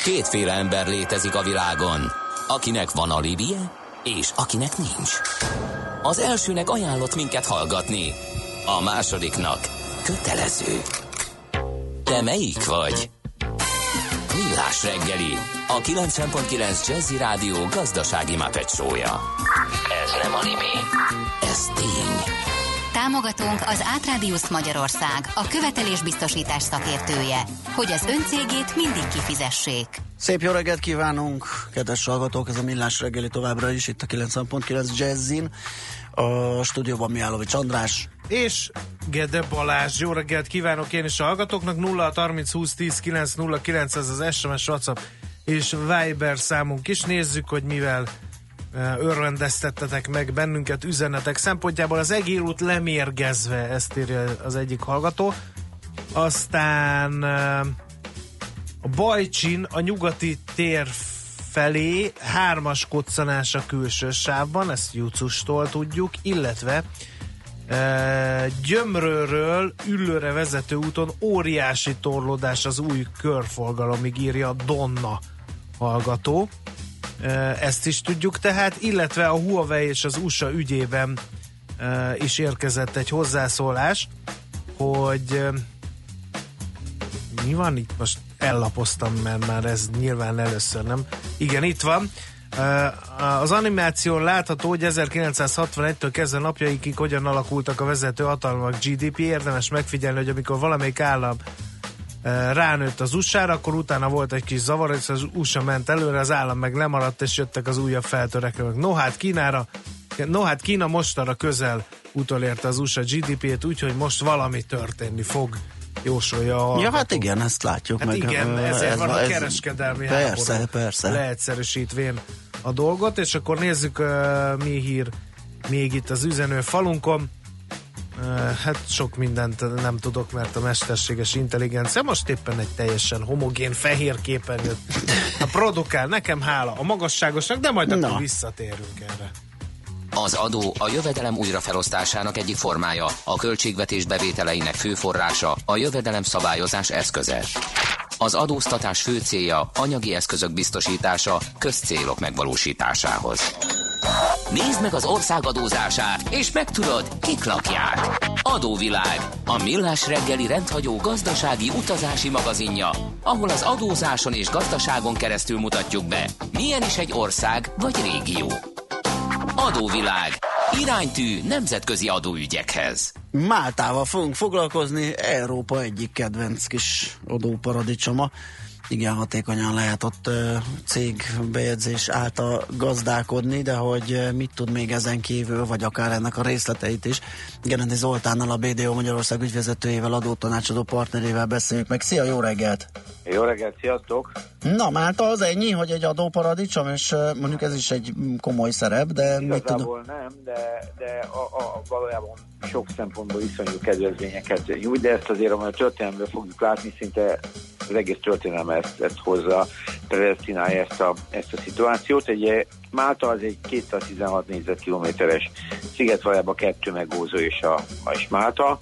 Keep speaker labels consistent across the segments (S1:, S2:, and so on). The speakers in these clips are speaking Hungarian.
S1: Kétféle ember létezik a világon, akinek van alibije, és akinek nincs. Az elsőnek ajánlott minket hallgatni, a másodiknak kötelező. Te melyik vagy? Millás reggeli, a 90.9 Jazzy Rádió gazdasági Muppet show-ja. Ez nem anime, ez tény.
S2: Támogatónk az Átrádiusz Magyarország, a követelésbiztosítás szakértője, hogy az öncégét mindig kifizessék.
S3: Szép jó reggelt kívánunk, kedves hallgatók, ez a Millás reggeli továbbra is, itt a 90.9 Jazzin. A stúdióban Mihálovics András.
S4: És Gede Balázs. Jó reggelt kívánok én is a hallgatóknak. 0630 20 10 909, ez az SMS, WhatsApp és Viber számunk is. Nézzük, hogy mivel örvendeztettetek meg bennünket üzenetek szempontjából. Az Egér út lemérgezve, ezt írja az egyik hallgató. Aztán a Bajcsin a nyugati tér felé 3-as koccanás a külső sávban, ezt Jucustól tudjuk, illetve Gyömrőről Üllőre vezető úton óriási torlódás az új körforgalomig, írja Donna hallgató. Ezt is tudjuk tehát, illetve a Huawei és az USA ügyében is érkezett egy hozzászólás, hogy mi van itt most? Ellapoztam, mert már ez nyilván először nem. Igen, itt van. Az animáción látható, hogy 1961-től kezdve napjaikig hogyan alakultak a vezető hatalmak GDP. Érdemes megfigyelni, hogy amikor valamelyik állam ránőtt az USA-ra, akkor utána volt egy kis zavar, és az USA ment előre, az állam meg lemaradt, és jöttek az újabb feltörekvők. No hát Kína mostanra közel utolérte az USA GDP-t, úgyhogy most valami történni fog, jósolja a hallgató.
S3: Ja, hát igen, ezt látjuk
S4: hát
S3: meg.
S4: Igen, ezért van a kereskedelmi háború.
S3: Persze.
S4: Leegyszerűsítvén a dolgot, és akkor nézzük, mi hír még itt az üzenő falunkon. Hát sok mindent nem tudok, mert a mesterséges intelligencia most éppen egy teljesen homogén fehér képen jött. A produkál, nekem hála a magasságosnak, de majd akkor visszatérünk erre.
S1: Az adó a jövedelem újrafelosztásának egyik formája, a költségvetés bevételeinek fő forrása, a jövedelem szabályozás eszköze. Az adóztatás fő célja anyagi eszközök biztosítása közcélok megvalósításához. Nézd meg az ország adózását, és megtudod, kik lakják. Adóvilág, a millás reggeli rendhagyó gazdasági utazási magazinja, ahol az adózáson és gazdaságon keresztül mutatjuk be, milyen is egy ország vagy régió. Adóvilág. Iránytű nemzetközi adóügyekhez.
S3: Máltával fogunk foglalkozni, Európa egyik kedvenc kis adóparadicsoma. Igen, hatékonyan lehet ott cégbejegyzés által gazdálkodni, de hogy mit tud még ezen kívül, vagy akár ennek a részleteit is. Gerendi Zoltánnal, a BDO Magyarország ügyvezetőjével, adótanácsadó partnerével beszéljük meg. Szia, jó reggelt!
S5: Jó reggelt, sziasztok!
S3: Na, Málta az ennyi, hogy egy adóparadicsom, és mondjuk ez is egy komoly szerep, de mit tudom?
S5: Igazából nem, de valójában sok szempontból iszonyú kedvezményeket nyújt, de ezt azért, amely a történelemből fogjuk látni, szinte az egész történelem ezt hozza, predesztinálja ezt a szituációt. Egy Málta az egy 216 négyzetkilométeres sziget, valójában 2 megózó és Málta.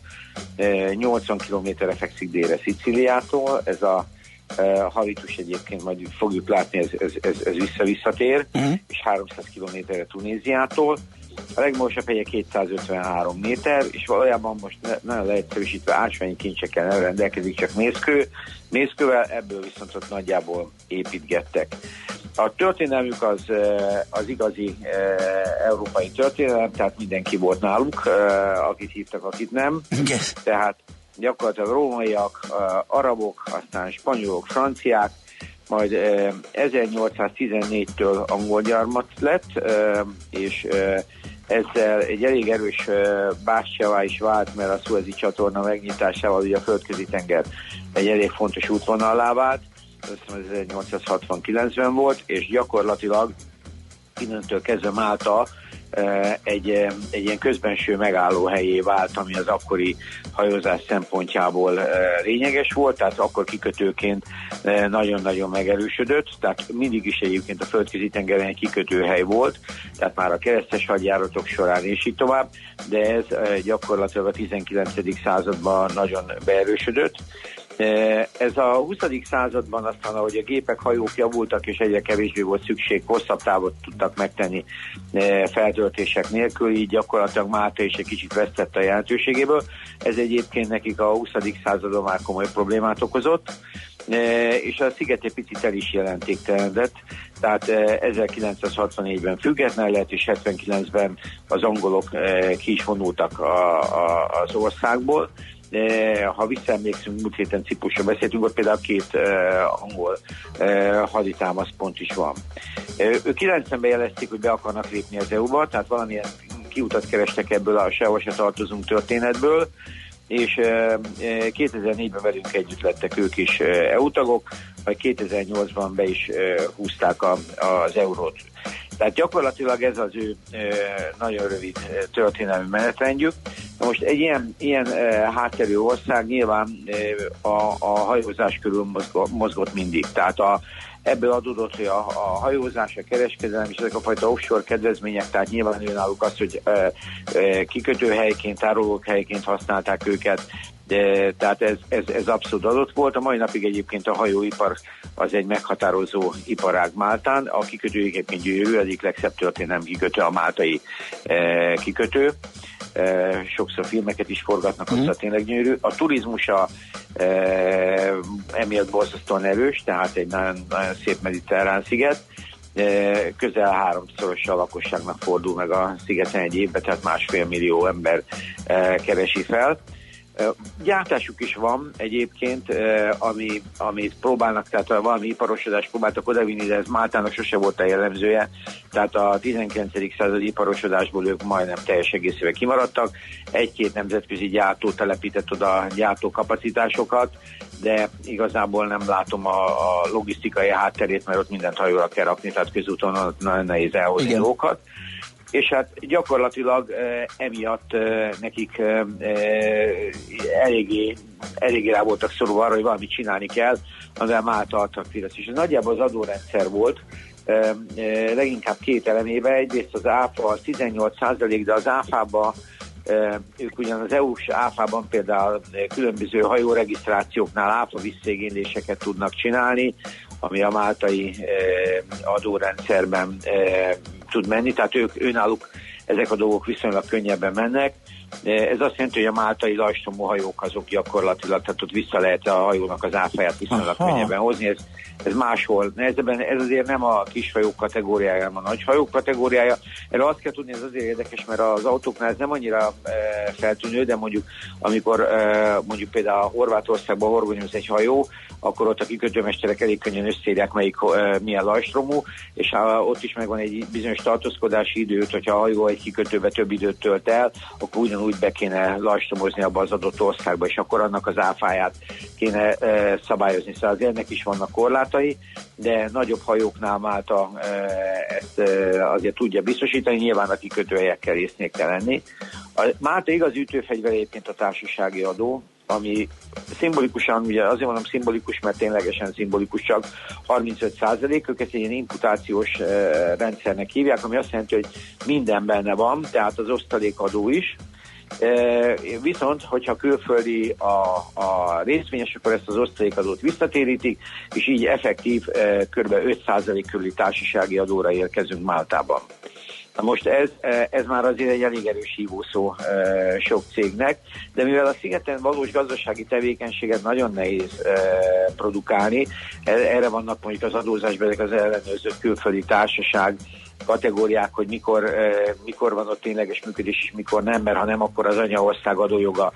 S5: 80 kilométerre fekszik délre Szicíliától, ez a habitus egyébként majd fogjuk látni, ez visszatér, és 300 kilométerre Tunéziától. A legmagasabb hegye 253 méter, és valójában most nagyon leegyszerűsítve ásványi kincsekkel rendelkezik, csak mészkővel, ebből viszont ott nagyjából építgettek. A történelmük az igazi európai történelem, tehát mindenki volt náluk, akit hívtak, akit nem.
S3: Yes.
S5: Tehát gyakorlatilag rómaiak, arabok, aztán spanyolok, franciák, majd 1814-től angol gyarmat lett, és ezzel egy elég erős bástyává is vált, mert a Szuezi csatorna megnyitásával ugye a Földközi tenger egy elég fontos útvonallá vált, azt hiszem 1869-ben volt, és gyakorlatilag innentől kezdve Málta egy ilyen közbenső megállóhelyé vált, ami az akkori hajózás szempontjából lényeges volt, tehát akkor kikötőként nagyon-nagyon megerősödött, tehát mindig is egyébként a Földközi tengeren egy kikötőhely volt, tehát már a keresztes hadjáratok során és így tovább, de ez gyakorlatilag a 19. században nagyon beerősödött, Ez a 20. században aztán, ahogy a gépek, hajók javultak, és egyre kevésbé volt szükség, hosszabb távot tudtak megtenni feltöltések nélkül, így gyakorlatilag Málta is egy kicsit vesztette a jelentőségéből. Ez egyébként nekik a 20. századon már komoly problémát okozott, és a sziget egy picit el is jelentéktelenedett, tehát 1964-ben független lett, és 79-ben az angolok ki is vonultak az országból. Ha visszaemlékszünk, múlt héten Ciprusra beszéltünk, ott például 2 angol haditámaszpont is van. Ők 90-ben jelezték, hogy be akarnak lépni az EU-ba, tehát valamilyen kiutat kerestek ebből a sehova se tartozunk történetből, és 2004-ben velünk együtt lettek ők is EU tagok, majd 2008-ban be is húzták az eurót. Tehát gyakorlatilag ez az ő nagyon rövid történelmi menetrendjük. Most egy ilyen hátterű ország nyilván a hajózás körül mozgott mindig. Tehát ebből adódott, hogy a hajózás, a kereskedelem és ezek a fajta offshore kedvezmények, tehát nyilván önállók az, hogy kikötőhelyként, tárolókhelyként használták őket, tehát ez abszolút adott volt. A mai napig egyébként a hajóipar az egy meghatározó iparág Máltán. A kikötő egyébként gyönyörű, egyik legszebb történelmi kikötő, a máltai kikötő. Sokszor filmeket is forgatnak, ott tényleg gyönyörű. A turizmusa emiatt borzasztóan erős, tehát egy nagyon, nagyon szép mediterrán sziget. Közel 3-szoros a lakosságnak fordul meg a szigeten egy évben, tehát 1,5 millió ember keresi fel. Gyártásuk is van egyébként, amit próbálnak, tehát valami iparosodást próbáltak odavinni, de ez Máltának sose volt a jellemzője, tehát a 19. századi iparosodásból ők majdnem teljes egészével kimaradtak. 1-2 nemzetközi gyártó telepített oda gyártókapacitásokat, de igazából nem látom a logisztikai hátterét, mert ott mindent hajóra kell rakni, tehát közúton nagyon nehéz elhozni dolgokat. És hát gyakorlatilag emiatt nekik eléggé rá voltak szorulva arra, hogy valamit csinálni kell, amivel Málta attraktív lesz. És ez nagyjából az adórendszer volt, leginkább 2 elemében. Egyrészt az áfa 18%, de az áfában ők ugyan az EU-s áfában például különböző hajóregisztrációknál áfa visszaigényléseket tudnak csinálni, ami a máltai adórendszerben tud menni, tehát önálluk ezek a dolgok viszonylag könnyebben mennek. Ez azt jelenti, hogy a máltai lajstromú hajók azok gyakorlatilag, tehát ott vissza lehet a hajónak az áfáját viszonylag könnyebben hozni. Ez máshol nehezebben, ez azért nem a kis hajók kategóriája, hanem a nagy hajók kategóriája. Erről azt kell tudni, ez azért érdekes, mert az autóknál ez nem annyira feltűnő, de mondjuk amikor mondjuk például a Horvátországban horgonyoz egy hajó, akkor ott a kikötőmesterek elég könnyen összeírják, milyen lajstromú, és ott is megvan egy bizonyos tartózkodási időt, hogyha a hajó egy kikötőbe több időt tölt el, akkor ugyanúgy be kéne lajstromozni abba az adott országba, és akkor annak az áfáját kéne szabályozni. Szóval ennek is vannak korlátai, de nagyobb hajóknál Málta ezt azért tudja biztosítani, nyilván a kikötőhelyekkel résznék kell lenni. A Málta igaz ütőfegyver egyébként a társasági adó, ami szimbolikusan, ugye azért mondom szimbolikus, mert ténylegesen szimbolikus, csak 35%, ők ezt egy ilyen imputációs rendszernek hívják, ami azt jelenti, hogy minden benne van, tehát az osztalékadó is. Viszont, hogyha külföldi a részvényes, akkor ezt az osztalékadót visszatérítik, és így effektív kb. 5% körüli társasági adóra érkezünk Máltában. Na most ez már azért egy elég erős hívószó sok cégnek, de mivel a szigeten valós gazdasági tevékenységet nagyon nehéz produkálni, erre vannak mondjuk az adózásban ezek az ellenőrzött külföldi társaság kategóriák, hogy mikor van ott tényleges működés, és mikor nem, mert ha nem, akkor az anyaország adójoga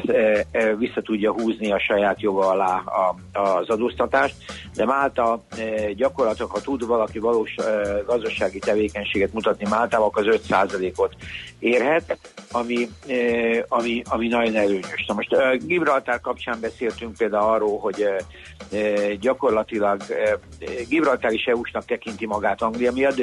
S5: vissza tudja húzni a saját joga alá az adóztatást, de Málta gyakorlatilag, ha tud valaki valós gazdasági tevékenységet mutatni Máltában, akkor az 5%-ot érhet, ami nagyon előnyös. Na most Gibraltár kapcsán beszéltünk például arról, hogy gyakorlatilag Gibraltár is EU-snak tekinti magát Anglia miatt, de ők a Brexit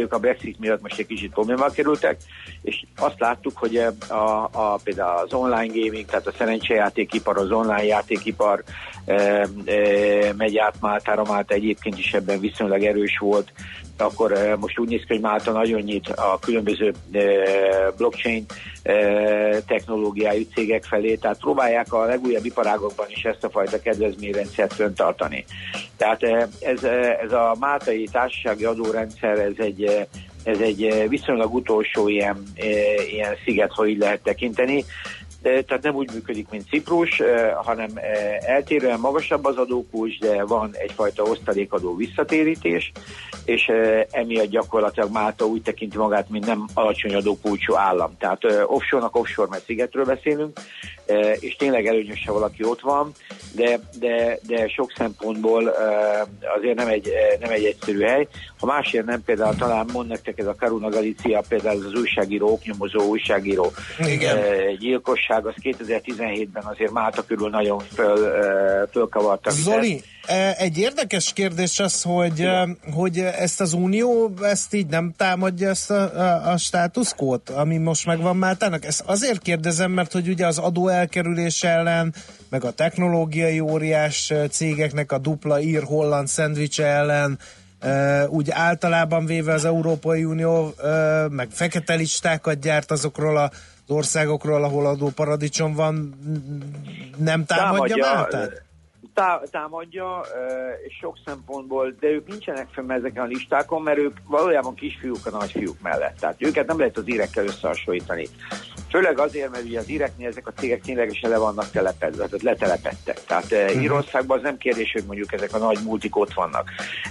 S5: Brexit miatt most egy kicsit problémába kerültek, és azt láttuk, hogy például az online gaming, tehát a szerencsejátékipar, az online játékipar megy át Máltára. Málta egyébként is ebben viszonylag erős volt, akkor most úgy néz ki, hogy Málta nagyon nyit a különböző blockchain technológiájú cégek felé, tehát próbálják a legújabb iparágokban is ezt a fajta kedvezményrendszert föntartani. Tehát ez a máltai társasági adórendszer, ez egy viszonylag utolsó ilyen sziget, ha így lehet tekinteni. Tehát nem úgy működik, mint Ciprus, hanem eltérően magasabb az adókulcs, de van egyfajta osztalékadó visszatérítés, és emiatt gyakorlatilag Málta úgy tekinti magát, mint nem alacsony adókulcsú állam. Tehát offshore-nak offshore, mert szigetről beszélünk, és tényleg előnyös, ha valaki ott van, de sok szempontból azért nem egy egyszerű hely. Ha másért nem, például talán mond nektek ez a Caruna Galizia, például az újságíró, oknyomozó újságíró gyilkosság, az 2017-ben azért Málta körül nagyon fölkavarta.
S4: Zoli, egy érdekes kérdés az, hogy ezt az Unió ezt így nem támadja, ezt a státuszkót, ami most megvan Máltának. Ezt azért kérdezem, mert hogy ugye az adóelkerülés ellen, meg a technológiai óriás cégeknek a dupla ír-holland szendvics ellen, úgy általában véve az Európai Unió meg fekete listákat gyárt azokról az országokról, ahol adóparadicsom van, nem támadja Máltát?
S5: Támadja, sok szempontból, de ők nincsenek fenn ezeken a listákon, mert ők valójában kisfiúk a nagyfiúk mellett. Tehát őket nem lehet az írekkel összehasonlítani. Főleg azért, mert ugye az íreknél ezek a cégek ténylegesen le vannak telepedve, tehát letelepedtek. Tehát Írországban az nem kérdés, hogy mondjuk ezek a nagy multik ott vannak.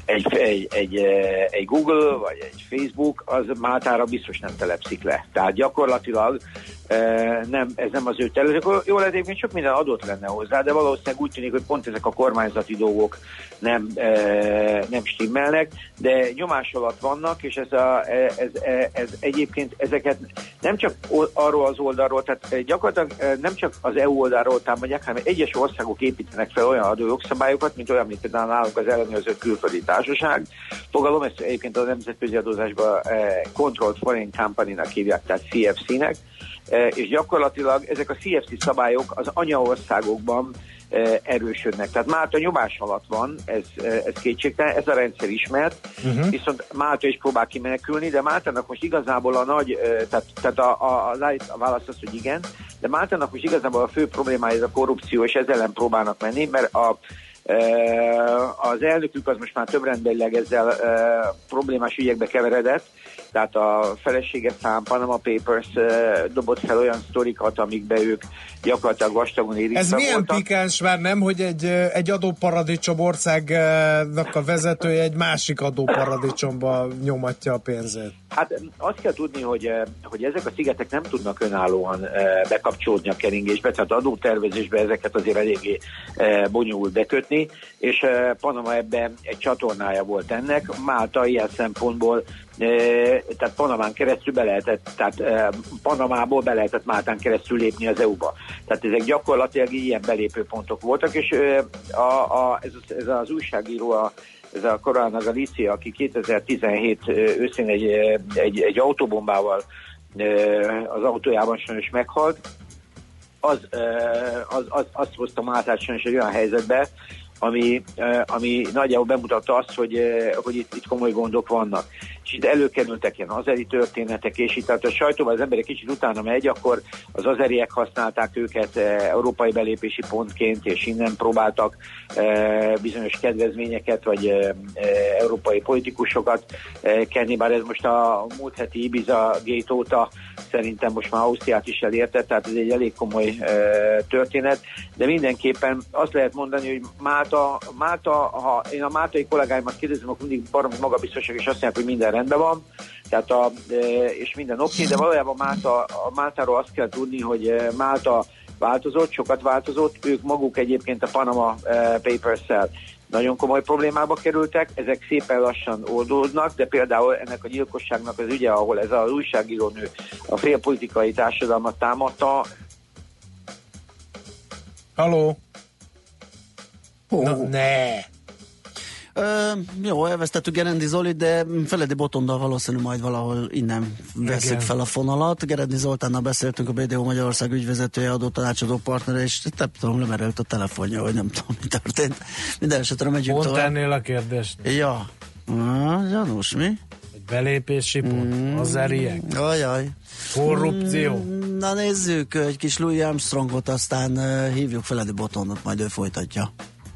S5: Egy Google vagy egy Facebook, az Máltára biztos nem telepszik le. Tehát gyakorlatilag ez nem az ő területük. Jól lehet, egyébként sok minden adott lenne hozzá, de valószínűleg úgy tűnik, hogy pont ezek a kormányzati dolgok nem stimmelnek, de nyomás alatt vannak, és ez egyébként ezeket nem csak arról az oldalról, tehát gyakorlatilag nem csak az EU oldalról támadják, hanem egyes országok építenek fel olyan adójogszabályokat, mint olyan, mint például nálunk az ellenőrzött külföldi társaság. Fogalom, ezt egyébként a nemzetközi adózásban Controlled Foreign Company-nak hívják, tehát CFC-nek, és gyakorlatilag ezek a CFC szabályok az anyaországokban erősödnek. Tehát Málta nyomás alatt van, ez kétségtelen, ez a rendszer ismert, viszont Málta is próbál kimenekülni, de Máltának most igazából a nagy, tehát a válasz az, hogy igen, de Máltának most igazából a fő problémája ez a korrupció, és ezzel ellen próbálnak menni, mert az elnökük az most már több rendbelileg ezzel problémás ügyekbe keveredett, tehát a felesége szám Panama Papers dobott fel olyan sztorikat, amikbe ők gyakorlatilag vastagon érintve voltak.
S4: Ez milyen pikáns már, nem, hogy egy adóparadicsom országnak a vezetője egy másik adóparadicsomba nyomatja a pénzét?
S5: Hát azt kell tudni, hogy ezek a szigetek nem tudnak önállóan bekapcsolódni a keringésbe, tehát adótervezésbe ezeket azért eléggé bonyolult bekötni, és Panama ebben egy csatornája volt ennek. Málta ilyen szempontból, tehát Panamán keresztül tehát Panamából be lehetett Máltán keresztül lépni az EU-ba. Tehát ezek gyakorlatilag ilyen belépőpontok voltak, és ez az újságíró, ez a Caruna Galizia, aki 2017 őszén egy autóbombával az autójában sajnos meghalt, azt hozta Máltát sajnos egy olyan helyzetbe, ami nagyjából bemutatta azt, hogy itt komoly gondok vannak. És itt előkerültek ilyen azeri történetek, és itt tehát a sajtóban az ember egy kicsit utána megy, akkor az azeriek használták őket európai belépési pontként, és innen próbáltak bizonyos kedvezményeket, vagy európai politikusokat kenni, bár ez most a múlt heti Ibiza Gate óta szerintem most már Ausztriát is elérte, tehát ez egy elég komoly történet, de mindenképpen azt lehet mondani, hogy Málta, ha én a máltai kollégáimat kérdezem, akkor mindig baromi magabiztosak, és azt mondják, hogy minden rendben van, tehát és minden oké, de valójában Máltáról azt kell tudni, hogy Málta változott, sokat változott, ők maguk egyébként a Panama Papers-szel nagyon komoly problémába kerültek, ezek szépen lassan oldódnak, de például ennek a gyilkosságnak az ügye, ahol ez az újságírónő a félpolitikai társadalmat támadta.
S4: Halló? Na, ne!
S3: Jó, elvesztettük Gerendi Zolit, de Feledi Botondal valószínű majd valahol innen veszik fel a fonalat. Gerendi Zoltánnal beszéltünk, a BDO Magyarország ügyvezetője, adótanácsadó partnere, és nem tudom, lemerült a telefonja, vagy nem tudom, mi történt. Minden esetre megyünk tovább.
S4: Pont ennél a kérdést.
S3: Ja. Gyanús, mi?
S4: Egy belépési pont. Azeriek.
S3: Ajaj.
S4: Korrupció.
S3: Na nézzük, egy kis Louis Armstrongot, aztán hívjuk Feledi Botondot, majd ő folytatja.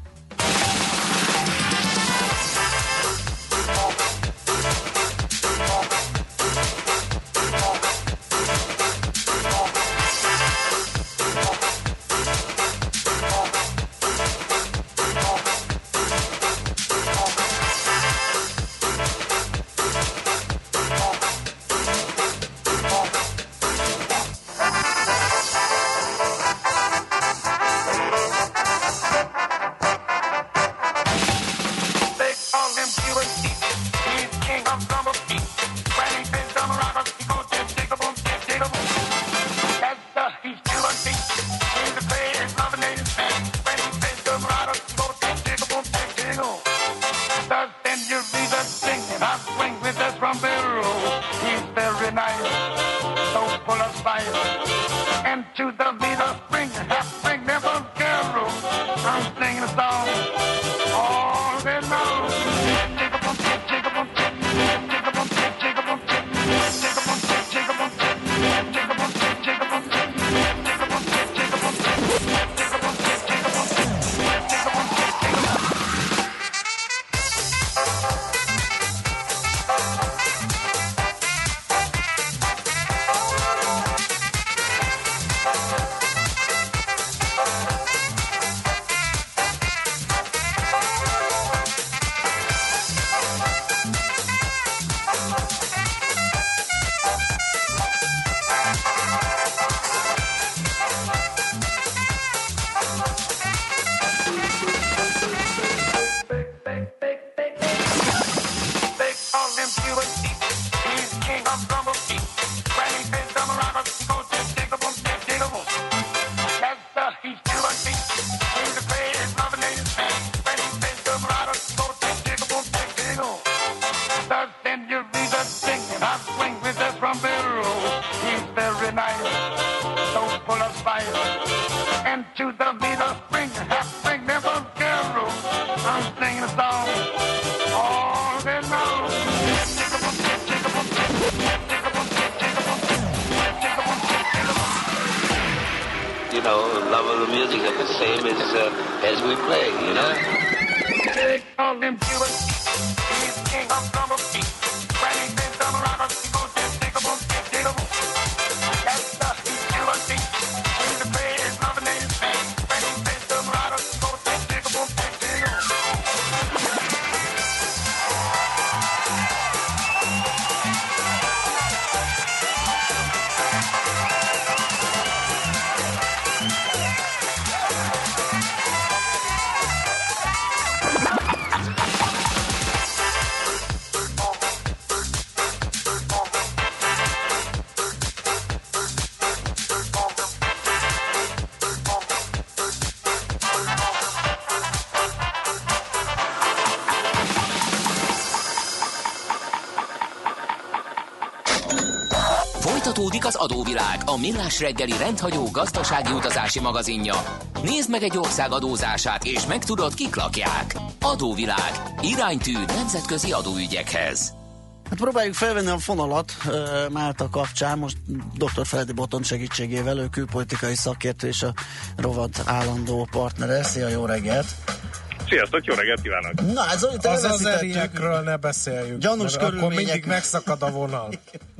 S1: Folytatódik az Adóvilág, a millás reggeli rendhagyó gazdasági utazási magazinja. Nézd meg egy ország adózását, és megtudod, kik lakják. Adóvilág. Iránytű nemzetközi adóügyekhez.
S3: Hát próbáljuk felvenni a fonalat Málta kapcsán, most dr. Feledi Botond segítségével, ő külpolitikai szakértő és a rovat állandó partnere. Szia, jó reggelt!
S6: Sziasztok, jó reggelt kívánok!
S3: Na, ez
S4: az azeriekről ne beszéljünk,
S3: gyanús
S4: akkor mindig megszakad a vonal.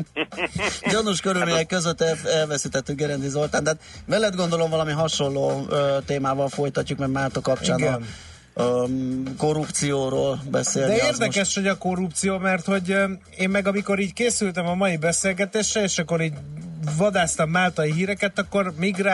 S3: Gyanús körülmények között elveszítettük Gerendi Zoltán, de veled gondolom valami hasonló témával folytatjuk, mert Málta kapcsán igen. A korrupcióról beszélni.
S4: De érdekes, most... hogy a korrupció, mert hogy én meg amikor így készültem a mai beszélgetésre, és akkor így vadásztam máltai híreket, akkor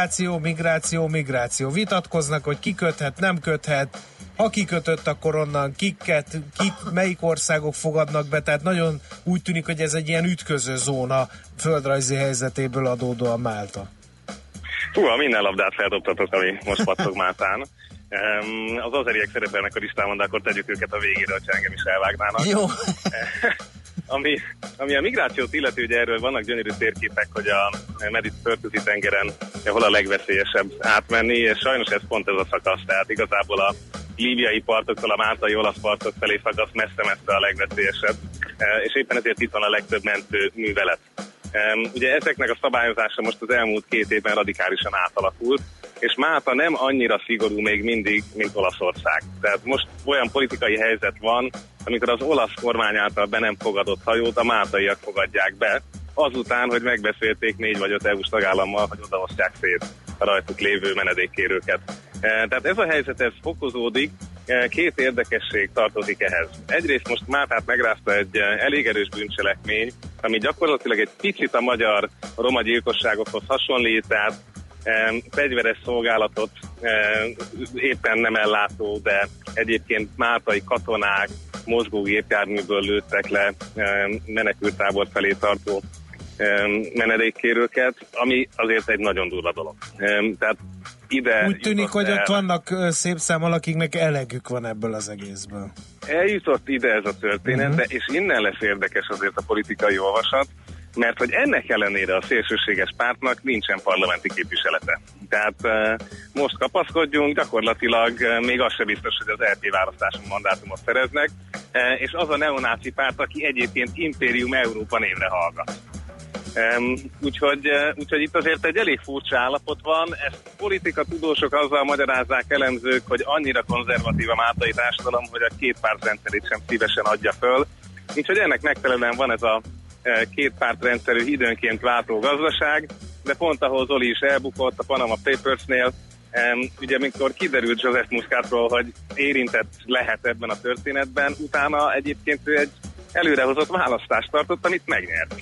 S4: migráció. Vitatkoznak, hogy ki köthet, nem köthet, ha kikötött, akkor onnan melyik országok fogadnak be, tehát nagyon úgy tűnik, hogy ez egy ilyen ütköző zóna földrajzi helyzetéből adódóan Málta.
S6: Minden labdát feldobtatok, ami most pattog Máltán. Az azeriek szerepelnek a listámon, de akkor tegyük őket a végére, hogyha engem is elvágnának.
S3: Jó.
S6: Ami a migrációt illeti, ugye erről vannak gyönyörű térképek, hogy a Földközi tengeren hol a legveszélyesebb átmenni, és sajnos ez pont ez a szakasz, tehát igazából a líbiai partoktól a máltai olasz partok felé szakasz messze-messze a legveszélyesebb, és éppen ezért itt van a legtöbb mentő művelet. Ugye ezeknek a szabályozása most az elmúlt 2 évben radikálisan átalakult, és Málta nem annyira szigorú még mindig, mint Olaszország. Tehát most olyan politikai helyzet van, amikor az olasz kormány által be nem fogadott hajót a máltaiak fogadják be, azután, hogy megbeszélték 4 vagy 5 EU-s tagállammal, hogy odaosztják szét a rajtuk lévő menedékkérőket. Tehát ez a helyzet, ez fokozódik, 2 érdekesség tartozik ehhez. Egyrészt most Máltát megrázta egy elég erős bűncselekmény, ami gyakorlatilag egy picit a magyar roma gyilkosságokhoz hasonlít, tehát fegyveres szolgálatot éppen nem ellátó, de egyébként máltai katonák mozgógépjárműből lőttek le menekülttábor felé tartó menedékkérőket, ami azért egy nagyon durva dolog. Tehát ide
S4: úgy tűnik, hogy ott vannak szép számmal, akiknek elegük van ebből az egészből.
S6: Eljutott ide ez a történet, de és innen lesz érdekes azért a politikai olvasat, mert hogy ennek ellenére a szélsőséges pártnak nincsen parlamenti képviselete. Tehát most kapaszkodjunk, gyakorlatilag még az sem biztos, hogy az LP választáson mandátumot szereznek, és az a neonáci párt, aki egyébként Impérium Európa névre hallgat. Úgyhogy itt azért egy elég furcsa állapot van, ezt politikatudósok azzal magyarázzák, elemzők, hogy annyira konzervatív a máltai társadalom, hogy a 2 pártrendszerét sem szívesen adja föl. Úgyhogy ennek megfelelően van ez a 2 pártrendszerű időnként váltó gazdaság, de pont ahol Zoli is elbukott a Panama Papersnél, ugye amikor kiderült Joseph Muscatról, hogy érintett lehet ebben a történetben, utána egyébként ő egy előrehozott választást tartott, amit megnyert.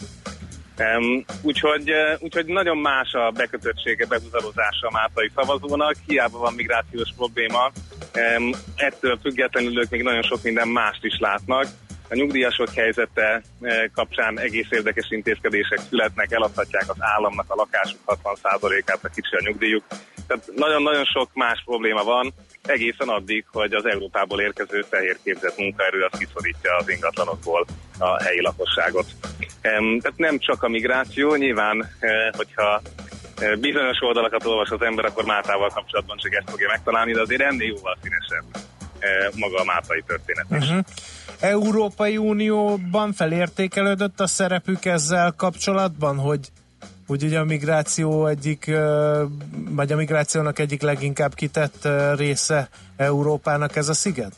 S6: Úgyhogy nagyon más a bekötöttsége, behúzalozása a máltai szavazónak, hiába van migrációs probléma, ettől függetlenül ők még nagyon sok minden mást is látnak. A nyugdíjasok helyzete kapcsán egész érdekes intézkedések születnek, eladhatják az államnak a lakásuk 60%-át, a kicsi a nyugdíjuk. Tehát nagyon-nagyon sok más probléma van, egészen addig, hogy az Európából érkező fehér képzett munkaerő az kiszorítja az ingatlanokból a helyi lakosságot. Tehát nem csak a migráció, nyilván, hogyha bizonyos oldalakat olvas az ember, akkor Máltával kapcsolatban csak ezt fogja megtalálni, de azért ennél jóval színesebb maga a máltai történet is.
S4: Európai Unióban felértékelődött a szerepük ezzel kapcsolatban, hogy ugye a migráció egyik, vagy a migrációnak egyik leginkább kitett része Európának ez a sziget?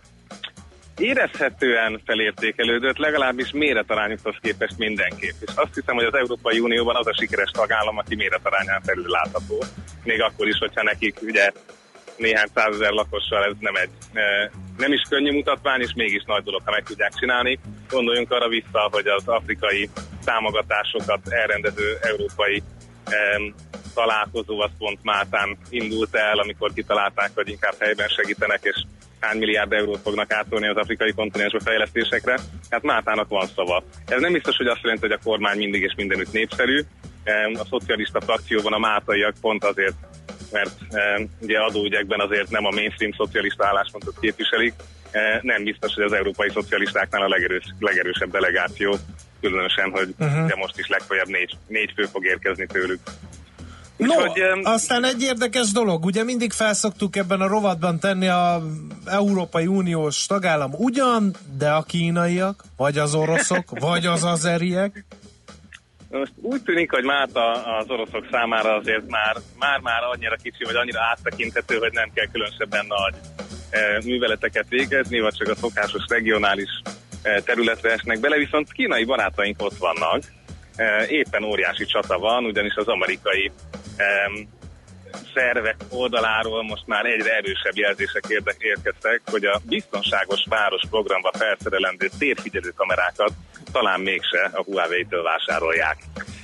S6: Érezhetően felértékelődött, legalábbis méretarányukhoz képest mindenképp. És azt hiszem, hogy az Európai Unióban az a sikeres tagállam, aki méretarányán felül látható. Még akkor is, hogyha nekik ugye néhány százezer lakossal ez nem is könnyű mutatvány, és mégis nagy dolog, ha meg tudják csinálni. Gondoljunk arra vissza, hogy az afrikai támogatásokat elrendező európai találkozó az pont Máltán indult el, amikor kitalálták, hogy inkább helyben segítenek, és hány milliárd eurót fognak átolni az afrikai kontinensbe fejlesztésekre. Hát Máltának van szava. Ez nem biztos, hogy azt jelenti, hogy a kormány mindig és mindenütt népszerű. A szocialista frakcióban a máltaiak pont azért, mert ugye adóügyekben azért nem a mainstream szocialista álláspontot képviselik. Nem biztos, hogy az európai szocialistáknál a legerősebb delegáció, különösen, hogy ugye most is legfeljebb 4 fő fog érkezni tőlük.
S4: Aztán egy érdekes dolog, ugye mindig felszoktuk ebben a rovatban tenni a Európai Uniós tagállam ugyan, de a kínaiak, vagy az oroszok, vagy az azeriek.
S6: Most úgy tűnik, hogy Málta az oroszok számára azért már annyira kicsi, vagy annyira áttekinthető, hogy nem kell különösebben nagy műveleteket végezni, vagy csak a szokásos regionális területre esnek bele, viszont kínai barátaink ott vannak. Éppen óriási csata van, ugyanis az amerikai szervek oldaláról most már egyre erősebb jelzések érkeztek, hogy a biztonságos város programba felszerelendő térfigyelő kamerákat talán mégse a Huawei-től vásárolják.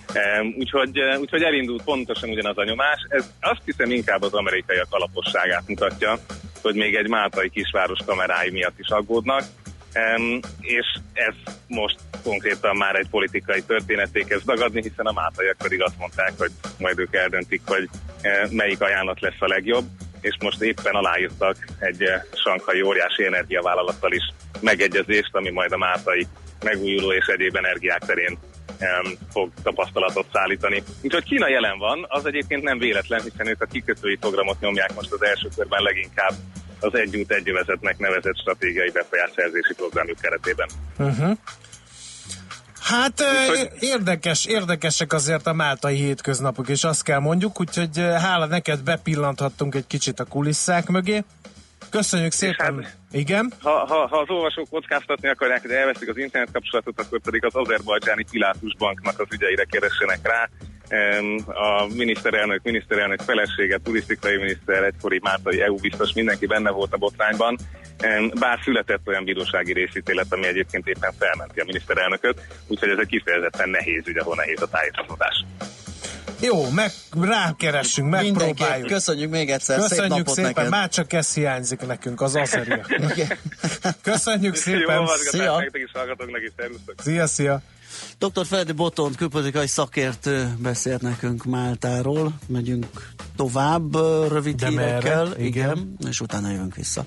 S6: Úgyhogy elindult pontosan ugyanaz a nyomás. Ez azt hiszem inkább az amerikaiak alaposságát mutatja, hogy még egy máltai kisváros kamerái miatt is aggódnak. És ez most konkrétan már egy politikai történetté kezd dagadni, hiszen a máltaiak pedig azt mondták, hogy majd ők eldöntik, hogy melyik ajánlat lesz a legjobb. és most éppen aláírtak egy sanghai óriási energiavállalattal is megegyezést, ami majd a máltai megújuló és egyéb energiák terén fog tapasztalatot szállítani. Úgyhogy Kína jelen van, az egyébként nem véletlen, hiszen ők a kikötői programot nyomják most az első körben leginkább az Egy út egy övezetnek nevezett stratégiai befolyásszerzési programjuk keretében.
S4: Hát érdekesek azért a máltai hétköznapok, és azt kell mondjuk, úgyhogy hála neked bepillanthattunk egy kicsit a kulisszák mögé. Köszönjük szépen! Hát, igen?
S6: Ha az olvasók kockáztatni akarják, hogy elveszik az internet kapcsolatot, akkor pedig az azerbajdzsáni Pilátus Banknak az ügyeire keressenek rá. A miniszterelnök felesége, turisztikai miniszter, egykori máltai EU biztos, mindenki benne volt a botrányban, bár született olyan bírósági részítélet, ami egyébként éppen felmenti a miniszterelnököt, úgyhogy ez egy kifejezetten nehéz ügy, ahol nehéz a tájékoztatás.
S4: Jó, rákeressünk, megpróbáljuk.
S3: Köszönjük még egyszer,
S4: köszönjük
S3: szép napot
S4: szépen,
S3: neked.
S4: Már csak ez hiányzik nekünk, az azeria. Köszönjük szépen.
S6: Jó hallgatást, nektek is hallgatok, neki szervusztok.
S4: Szia.
S3: Dr. Feledi Botont, külpolitikai szakértő beszélt nekünk Máltáról. Megyünk tovább rövid hírekkel. Igen, és utána jövünk vissza.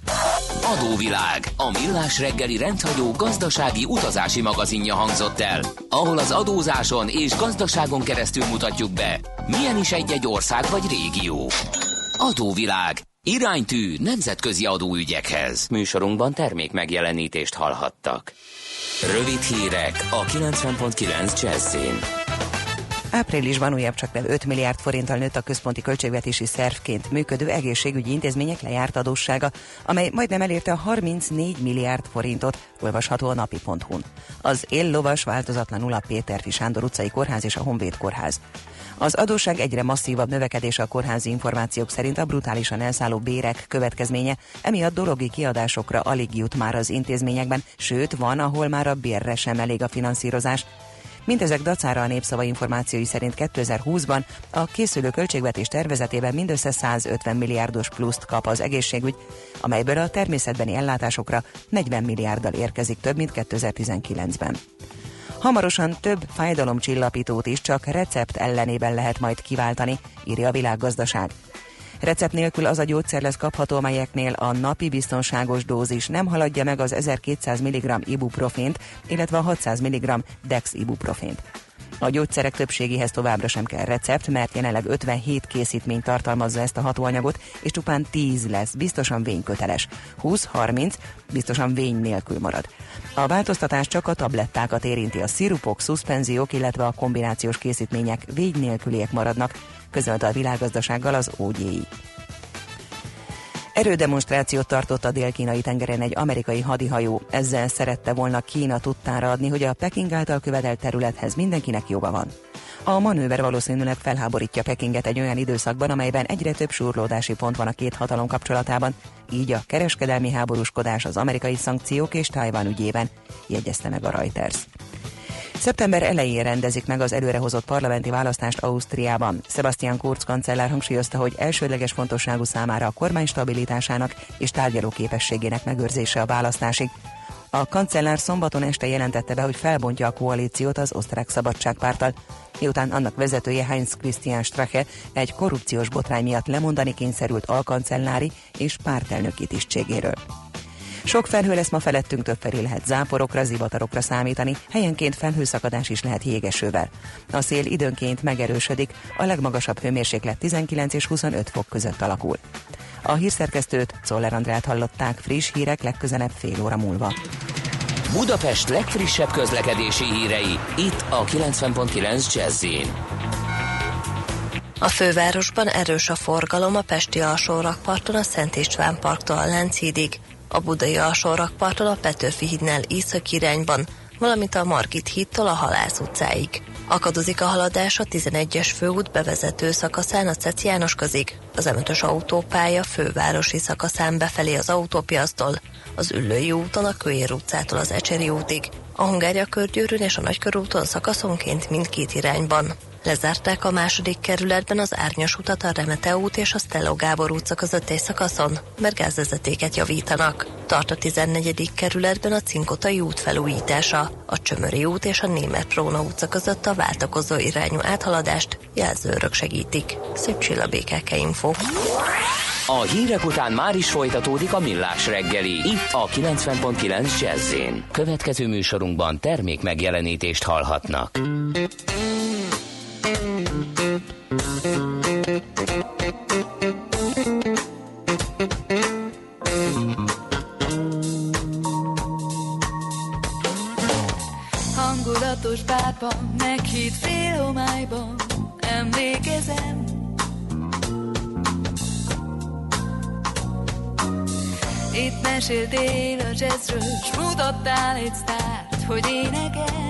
S1: Adóvilág, a millás reggeli rendhagyó gazdasági utazási magazinja hangzott el, ahol az adózáson és gazdaságon keresztül mutatjuk be, milyen is egy-egy ország vagy régió. Adóvilág, iránytű nemzetközi adóügyekhez. Műsorunkban termék megjelenítést hallhattak. Rövid hírek a 90.9 Jazz-in.
S7: Áprilisban újabb csaknem 5 milliárd forinttal nőtt a központi költségvetési szervként működő egészségügyi intézmények lejárt adóssága, amely majdnem elérte a 34 milliárd forintot, olvasható a napi.hu-n. Az éllovas változatlanul a Péterfi Sándor utcai kórház és a Honvéd kórház. Az adósság egyre masszívabb növekedése a kórházi információk szerint a brutálisan elszálló bérek következménye, emiatt dologi kiadásokra alig jut már az intézményekben, sőt van, ahol már a bérre sem elég a finanszírozás. Mindezek dacára a Népszava információi szerint 2020-ban a készülő költségvetés tervezetében mindössze 150 milliárdos pluszt kap az egészségügy, amelyből a természetbeni ellátásokra 40 milliárddal érkezik több, mint 2019-ben. Hamarosan több fájdalomcsillapítót is csak recept ellenében lehet majd kiváltani, írja a Világgazdaság. Recept nélkül az a gyógyszer lesz kapható, amelyeknél a napi biztonságos dózis nem haladja meg az 1200 mg ibuprofént, illetve a 600 mg dexibuprofént. A gyógyszerek többségéhez továbbra sem kell recept, mert jelenleg 57 készítmény tartalmazza ezt a hatóanyagot, és csupán 10 lesz biztosan vényköteles. 20-30 biztosan vény nélkül marad. A változtatás csak a tablettákat érinti, a szirupok, szuszpenziók, illetve a kombinációs készítmények vény nélküliek maradnak, közölte a Világgazdasággal az OGI. Erődemonstrációt tartott a dél-kínai tengeren egy amerikai hadihajó. Ezzel szerette volna Kína tudtára adni, hogy a Peking által követelt területhez mindenkinek joga van. A manőver valószínűleg felháborítja Pekinget egy olyan időszakban, amelyben egyre több surlódási pont van a két hatalom kapcsolatában, így a kereskedelmi háborúskodás, az amerikai szankciók és Tajvan ügyében, jegyezte meg a Reuters. Szeptember elején rendezik meg az előrehozott parlamenti választást Ausztriában. Sebastian Kurz kancellár hangsúlyozta, hogy elsődleges fontosságú számára a kormány stabilitásának és tárgyalóképességének megőrzése a választásig. A kancellár szombaton este jelentette be, hogy felbontja a koalíciót az Osztrák Szabadságpárttal, miután annak vezetője Heinz Christian Strache egy korrupciós botrány miatt lemondani kényszerült alkancellári és pártelnöki tisztségéről. Sok felhő lesz ma felettünk, többfelé lehet záporokra, zivatarokra számítani, helyenként felhőszakadás is lehet jégesővel. A szél időnként megerősödik, a legmagasabb hőmérséklet 19 és 25 fok között alakul. A hírszerkesztőt, Czoller Andrát hallották, friss hírek legközelebb fél óra múlva.
S1: Budapest legfrissebb közlekedési hírei, itt a 90.9 Jazz-in.
S8: A fővárosban erős a forgalom a pesti alsórakparton a Szent István parktól a Lánchídig, a budai alsórakparton a Petőfi hídnál északi irányban, valamint a Margit hídtól a Halász utcáig. Akadozik a haladás a 11-es főút bevezető szakaszán a Cec János közig, az M5-ös autópálya fővárosi szakaszán befelé az autópiasztól, az Üllői úton a Kőér utcától az Ecseri útig, a Hungária körgyűrűn és a Nagykörúton szakaszonként mindkét irányban. Lezárták a második kerületben az Árnyas utat a Remete út és a Stelló Gábor utca között egy szakaszon, mert gázvezetéket javítanak. Tart a 14. kerületben a Cinkotai út felújítása, a Csömöri út és a Németh Róna utca között a váltakozó irányú áthaladást jelzőrök segítik. Szép Csilla, BKK Info.
S1: A hírek után már is folytatódik a Millás reggeli, itt a 90.9 Jazz-én. Következő műsorunkban termék megjelenítést hallhatnak.
S9: Hangulatos bárban, meghitt félhomályban, emlékezem. Itt meséltél a jazzről, s mutattál egy sztárt, hogy énekel.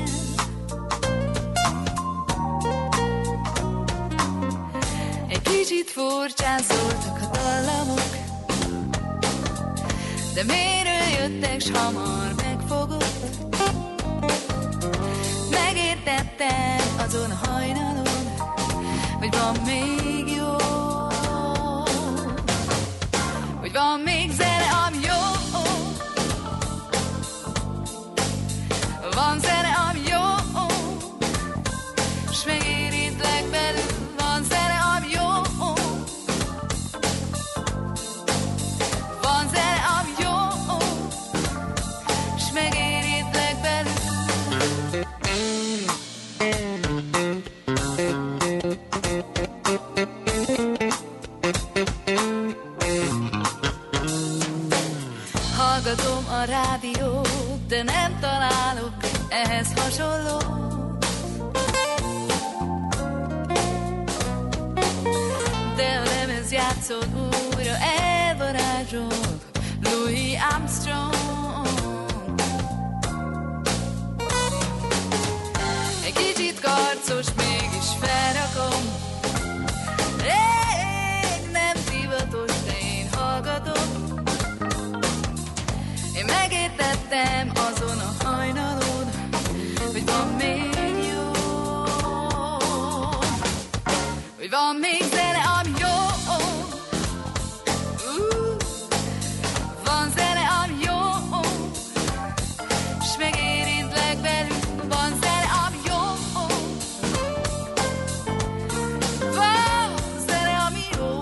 S9: Egy kicsit furcsán szóltak a dallamok, de méről jöttek, s hamar megfogott. Megértettem azon a hajnalon, hogy van még jó, hogy van még zene, ami jó. Van zene, ami jó, s megérintlek belül. Van zene, ami jó, van zene, ami jó, s megérintlek belül. Hallgatom a rádiót, de nem találok ehhez hasonló. De a lemez játszol újra, elvarázsol Louis Armstrong. Egy kicsit karcos, mégis felrakom. Rég nem divatos, de én hallgatom. Én megértettem azon a hajnalon, hogy van még jó, hogy van még zene, ami jó. Van zene, ami jó, s megérintlek belül. Van zene, ami jó, van zene, ami jó.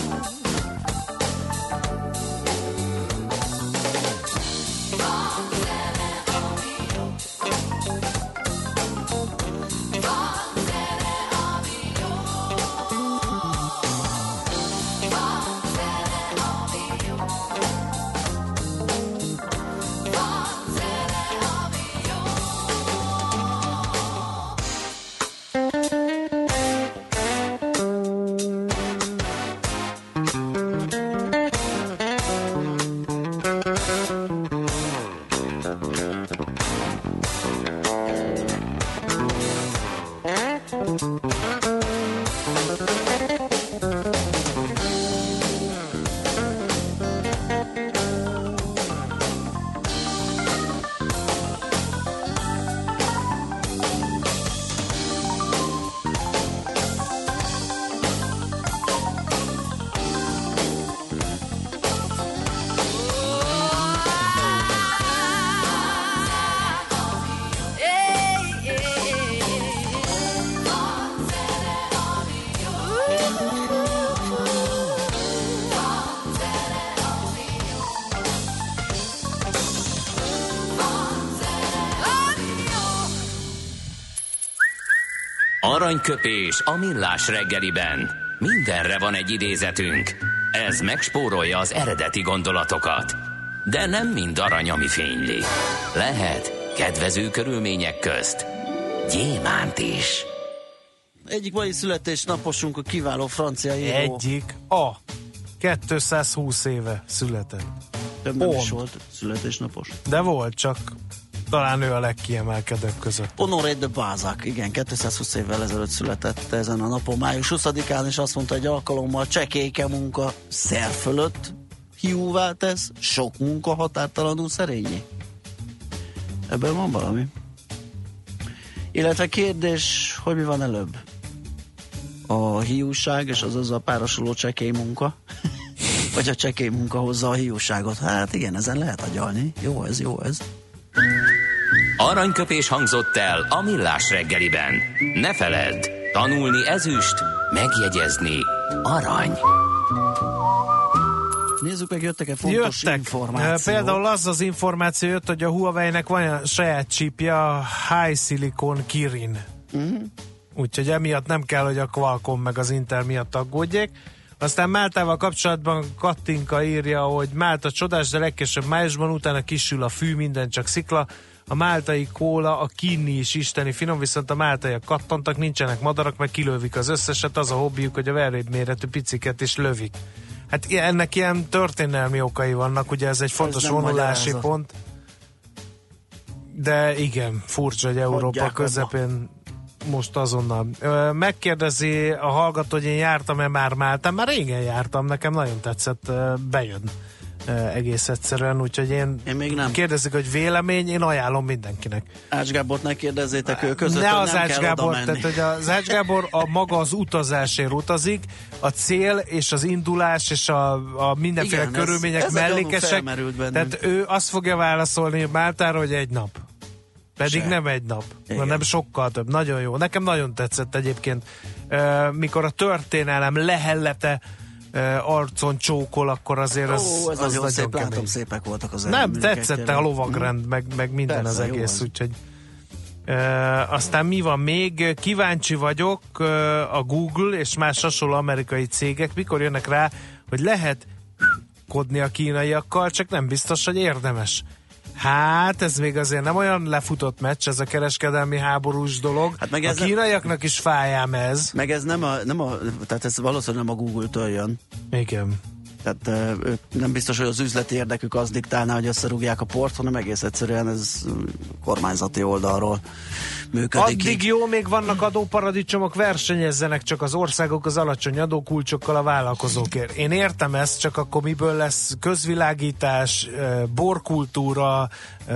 S1: Aranyköpés a Millás reggeliben. Mindenre van egy idézetünk. Ez megspórolja az eredeti gondolatokat. De nem mind arany, ami fényli. Lehet kedvező körülmények közt gyémánt is.
S3: Egyik mai születésnaposunk a kiváló francia író.
S4: Egyik 220 éve született.
S3: Több nem is volt születésnapos.
S4: De volt, csak talán ő a legkiemelkedőbb között.
S3: Honoré de Balzac, igen, 220 évvel ezelőtt született ezen a napon, május 20-án, és azt mondta egy alkalommal, csekélyke munka szer fölött hiúvá tesz, sok munka határtalanul szerényé. Ebben van valami. Illetve kérdés, hogy mi van előbb? A hiúság és az azzal párosuló csekély munka? Vagy a csekély munka hozza a hiúságot? Hát igen, ezen lehet agyalni. Jó ez, jó ez.
S1: Aranyköpés hangzott el a Millás reggeliben. Ne feledd, tanulni ezüst, megjegyezni arany.
S3: nézzük meg, jöttek-e fontos információk.
S4: Például az információ jött, hogy a Huawei-nek van a saját chipja, a High Silicon Kirin. Úgyhogy emiatt nem kell, hogy a Qualcomm meg az Intel miatt aggódjék. Aztán Máltával kapcsolatban Kattinka írja, hogy Málta csodás, de legkésőbb májusban, utána kisül a fű, minden csak szikla. A máltai kóla, a kínni is isteni finom, viszont a máltaiak kattantak, nincsenek madarak, meg kilövik az összeset, az a hobbiuk, hogy a veréb méretű piciket is lövik. Hát ennek ilyen történelmi okai vannak, ugye ez egy fontos vonulási pont. De igen, furcsa, hogy Európa közepén most azonnal. Megkérdezi a hallgató, hogy én jártam-e már Máltán? Már régen jártam, nekem nagyon tetszett, bejön egész egyszerűen, úgyhogy én még nem. Kérdezik, hogy vélemény, én ajánlom mindenkinek.
S3: Ács Gábort ne kérdezzétek, ő között,
S4: ne az Ács Gábor, tehát hogy az Ács Gábor maga az utazásért utazik, a cél és az indulás és a mindenféle igen, körülmények mellékesek, tehát ő azt fogja válaszolni Máltára, hogy egy nap. Pedig nem egy nap, hanem sokkal több. Nagyon jó. Nekem nagyon tetszett egyébként, mikor a történelem lehellete arcon csókol, akkor azért az
S3: nagyon szép, látom, szépek voltak az
S4: nem, tetszett a lovagrend, meg minden. persze, az egész, úgyhogy aztán mi van még? Kíváncsi vagyok, a Google és más hasonló amerikai cégek mikor jönnek rá, hogy lehet kodni a kínaiakkal, csak nem biztos, hogy érdemes. Hát, ez még azért nem olyan lefutott meccs, ez a kereskedelmi háborús dolog. Hát meg a kínaiaknak is fájám ez.
S3: Meg ez tehát ez valószínűleg nem a Google-től jön.
S4: Igen.
S3: Tehát nem biztos, hogy az üzleti érdekük az diktálná, hogy összerúgják a port, hanem egész egyszerűen ez kormányzati oldalról működik.
S4: Addig jó, még vannak adóparadicsomok, versenyezzenek csak az országok az alacsony adókulcsokkal a vállalkozókért. Én értem ezt, csak akkor miből lesz közvilágítás, borkultúra,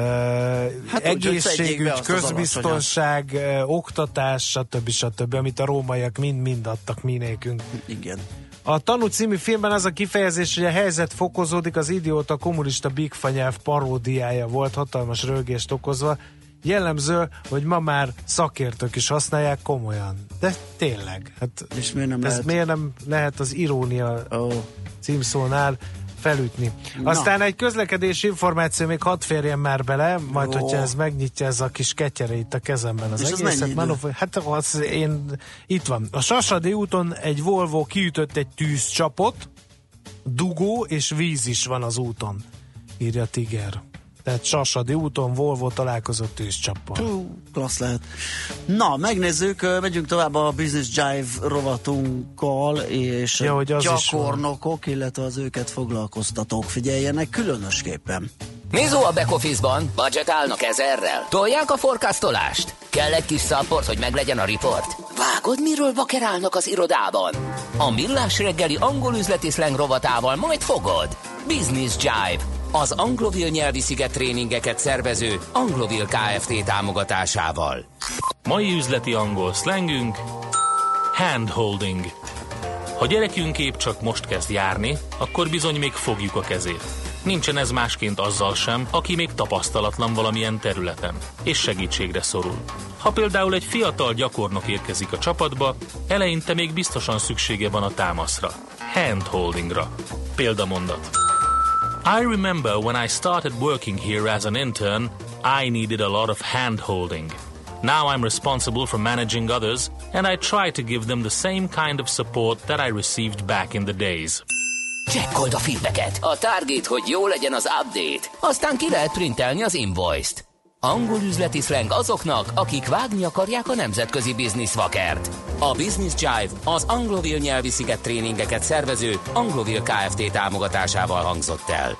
S4: egészségügy, közbiztonság, oktatás, stb., amit a rómaiak mind adtak mi nékünk.
S3: Igen.
S4: A Tanú című filmben az a kifejezés, hogy a helyzet fokozódik, az idióta kommunista bigfanyelv paródiája volt, hatalmas rögést okozva. Jellemző, hogy ma már szakértők is használják komolyan. De tényleg. Hát
S3: és miért nem
S4: lehet az irónia címszónál felütni. Aztán egy közlekedési információ, még hadd férjen már bele, majd hogyha ez megnyitja ez a kis ketyere itt a kezemben az egészet. Hát itt van. A Sasadi úton egy Volvo kiütött egy tűzcsapot, dugó és víz is van az úton, írja Tiger. Tehát Sasadi úton Volvo találkozott tűzcsappal.
S3: Klassz lehet. Na, megnézzük, megyünk tovább a Business Jive rovatunkkal, és gyakornokok, illetve az őket foglalkoztatók figyeljenek különösképpen.
S1: Nézó a back office-ban, budgetálnak 1000-rel. Tolják a forecastolást. Kell egy kis support, hogy meglegyen a report. Vágod, miről vakerálnak az irodában? A Millás reggeli angol üzleti szleng rovatával majd fogod. Business Jive, az Anglovil nyelvi sziget tréningeket szervező Anglovil Kft. Támogatásával.
S10: Mai üzleti angol szlengünk handholding. Ha gyerekünk épp csak most kezd járni, akkor bizony még fogjuk a kezét. Nincsen ez másként azzal sem, aki még tapasztalatlan valamilyen területen, és segítségre szorul. Ha például egy fiatal gyakornok érkezik a csapatba, eleinte még biztosan szüksége van a támaszra, handholdingra. Példamondat. I remember when I started working here as an intern, I needed a lot of hand-holding. Now I'm responsible for managing others, and I try to give them the same kind of support that I received back in the days.
S1: Csekkold a feedbacket. A target, hogy jó legyen az update. Aztán ki lehet printelni az invoice-t. Angol üzleti szleng azoknak, akik vágni akarják a nemzetközi bizniszvakert. A Business Jive az Anglovil nyelvi sziget tréningeket szervező Anglovil Kft. Támogatásával hangzott el.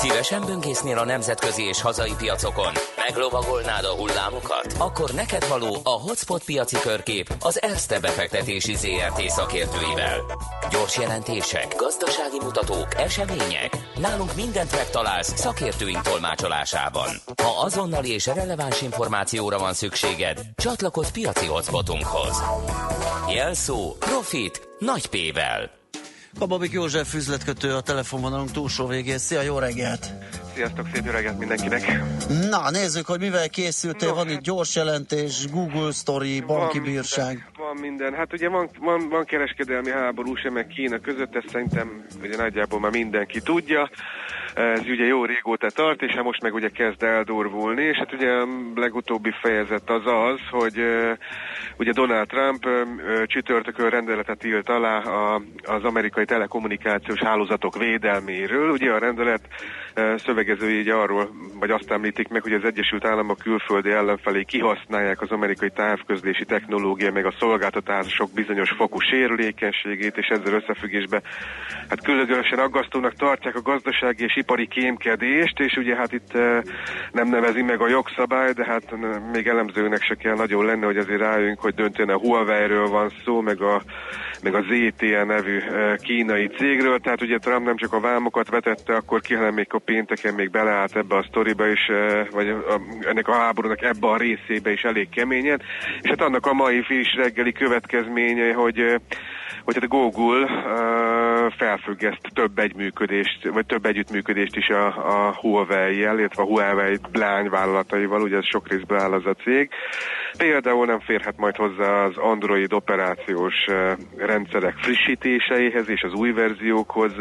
S1: Szívesen böngésznél a nemzetközi és hazai piacokon? Meglovagolnád a hullámokat? Akkor neked való a Hotspot piaci körkép az Erste befektetési ZRT szakértőivel. Gyors jelentések, gazdasági mutatók, események. Nálunk mindent megtalálsz szakértőink tolmácsolásában. Ha azonnali és releváns információra van szükséged, csatlakozz piaci hotspotunkhoz. Jelszó Profit nagy P-vel.
S3: Kababik József üzletkötő a telefonvonalunk túlsó végén. Szia, jó reggelt!
S11: Sziasztok, szép jó reggelt mindenkinek!
S3: Na, nézzük, hogy mivel készültél. Van itt gyors jelentés, Google Story, banki bírság.
S11: Van minden. Hát ugye van kereskedelmi háború sem meg Kína között, ezt szerintem ugye nagyjából már mindenki tudja. Ez ugye jó régóta tart, és hát most meg ugye kezd eldurvulni, és hát ugye a legutóbbi fejezet az, hogy ugye Donald Trump csütörtökön rendeletet írt alá az amerikai telekommunikációs hálózatok védelméről. Ugye a rendelet szövegezői így arról, vagy azt említik meg, hogy az Egyesült Államok külföldi ellenfelé kihasználják az amerikai távközlési technológia meg a szolgáltatások bizonyos fokú sérülékenységét, és ezzel összefüggésben hát különösen aggasztónak tartják a gazdasági és ipari kémkedést, és ugye hát itt nem nevezi meg a jogszabály, de hát még elemzőnek se kell nagyon lenne, hogy azért rájönk, hogy döntően a Huawei-ről van szó, meg a ZTE nevű kínai cégről, tehát ugye Trump nem csak a vámokat vetette akkor ki, hanem még a pénteken még beleállt ebbe a sztoriba is, vagy ennek a háborúnak ebbe a részébe is elég keményen, és hát annak a mai friss reggeli következménye, hogy a Google felfüggeszt több együttműködést, vagy több együttműködést is a Huawei-jel, illetve a Huawei lányvállalataival, ugye ez sok részből áll az a cég. Például nem férhet majd hozzá az Android operációs rendszerek frissítéseihez és az új verziókhoz.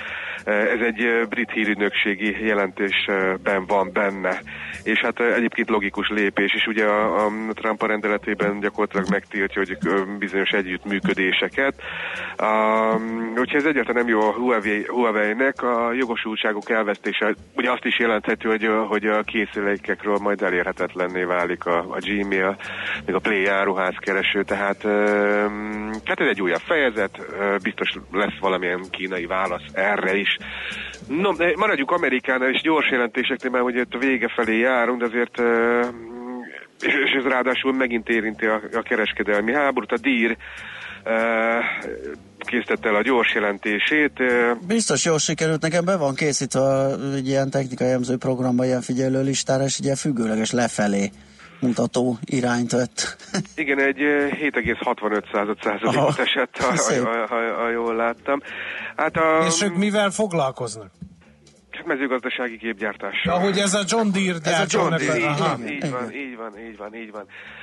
S11: Ez egy brit hírügynökségi jelentésben van benne. És hát egyébként logikus lépés is, ugye a Trump rendeletében gyakorlatilag megtiltja, hogy bizonyos együttműködéseket. Hogyha ez egyáltalán nem jó a Huawei-nek, a jogosultságok elvesztése, ugye azt is jelentheti, hogy a készülékekről majd elérhetetlenné válik a Gmail, meg a Play áruházkereső, tehát ez egy újabb fejezet, biztos lesz valamilyen kínai válasz erre is. No, maradjuk Amerikánál, és gyors jelentéseknél, mert ugye itt a vége felé járunk, de azért és ez ráadásul megint érinti a kereskedelmi háborút. A DIR készítette el a gyors jelentését.
S3: Biztos jól sikerült, nekem be van készítve egy ilyen technikai elemző programba, ilyen figyelő listára, és ilyen függőleges lefelé mutató irányt vett.
S11: Igen, egy 7,65%-ot esett, ha jól láttam. Hát
S4: és ők mivel foglalkoznak?
S11: Mezőgazdasági gépgyártással.
S4: Ahogy ez a John Deere gyártson.
S11: Így van.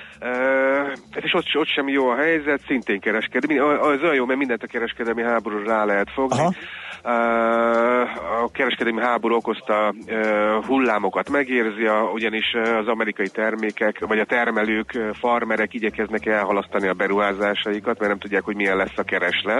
S11: És ott sem jó a helyzet, szintén kereskedelmi. Az olyan jó, mert mindent a kereskedelmi háborúra rá lehet fogni. A kereskedelmi háború okozta hullámokat megérzi, ugyanis az amerikai termékek, vagy a termelők, farmerek igyekeznek elhalasztani a beruházásaikat, mert nem tudják, hogy milyen lesz a kereslet.